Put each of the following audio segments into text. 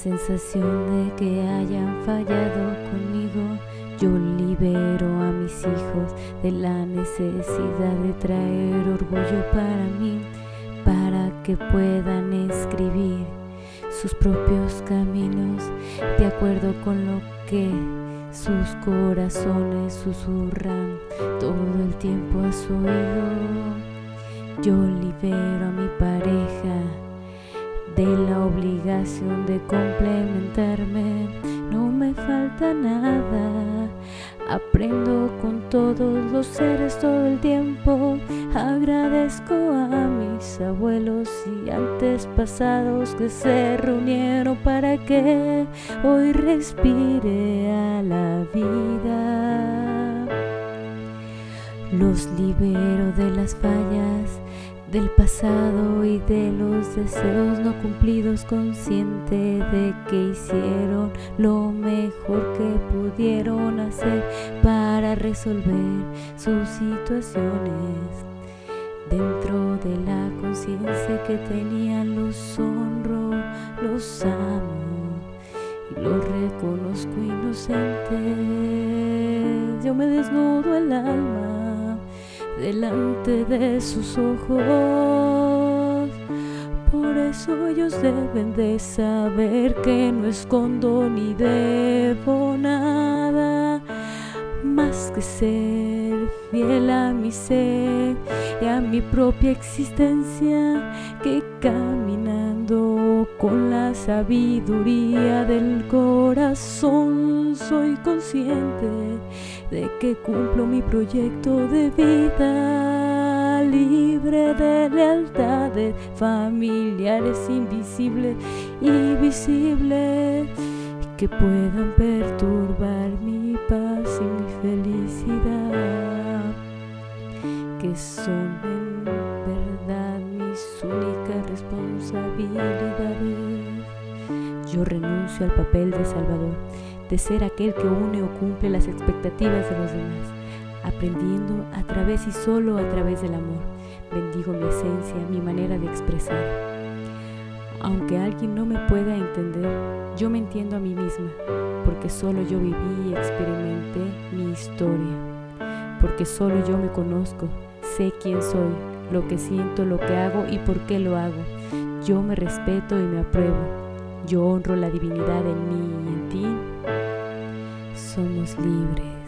sensación de que hayan fallado conmigo. Yo libero a mis hijos de la necesidad de traer orgullo para mí, para que puedan escribir sus propios caminos de acuerdo con lo que sus corazones susurran todo el tiempo a su oído. Yo libero a mi pareja de la obligación de complementarme. No me falta nada, aprendo con todos los seres todo el tiempo. Agradezco a mis abuelos y antepasados que se reunieron para que hoy respire a la vida. Los libero de las fallas del pasado y de los deseos no cumplidos, consciente de que hicieron lo mejor que pudieron hacer para resolver sus situaciones. Dentro de la conciencia que tenían, los honro, los amo y los reconozco inocentes. Yo me desnudo el alma delante de sus ojos. Por eso ellos deben de saber que no escondo ni debo nada más que ser fiel a mi ser y a mi propia existencia, que caminando con la sabiduría del corazón soy consciente de que cumplo mi proyecto de vida, libre de lealtades familiares invisibles y visibles que puedan perturbar mi paz y mi felicidad, que son en verdad mis únicas responsabilidades. Yo renuncio al papel de salvador, de ser aquel que une o cumple las expectativas de los demás, aprendiendo a través y solo a través del amor. Bendigo mi esencia, mi manera de expresar. Aunque alguien no me pueda entender, yo me entiendo a mí misma, porque solo yo viví y experimenté mi historia, porque solo yo me conozco, sé quién soy, lo que siento, lo que hago y por qué lo hago. Yo me respeto y me apruebo. Yo honro la divinidad en mí y en ti. Somos libres.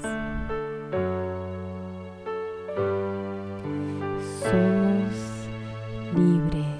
Somos libres.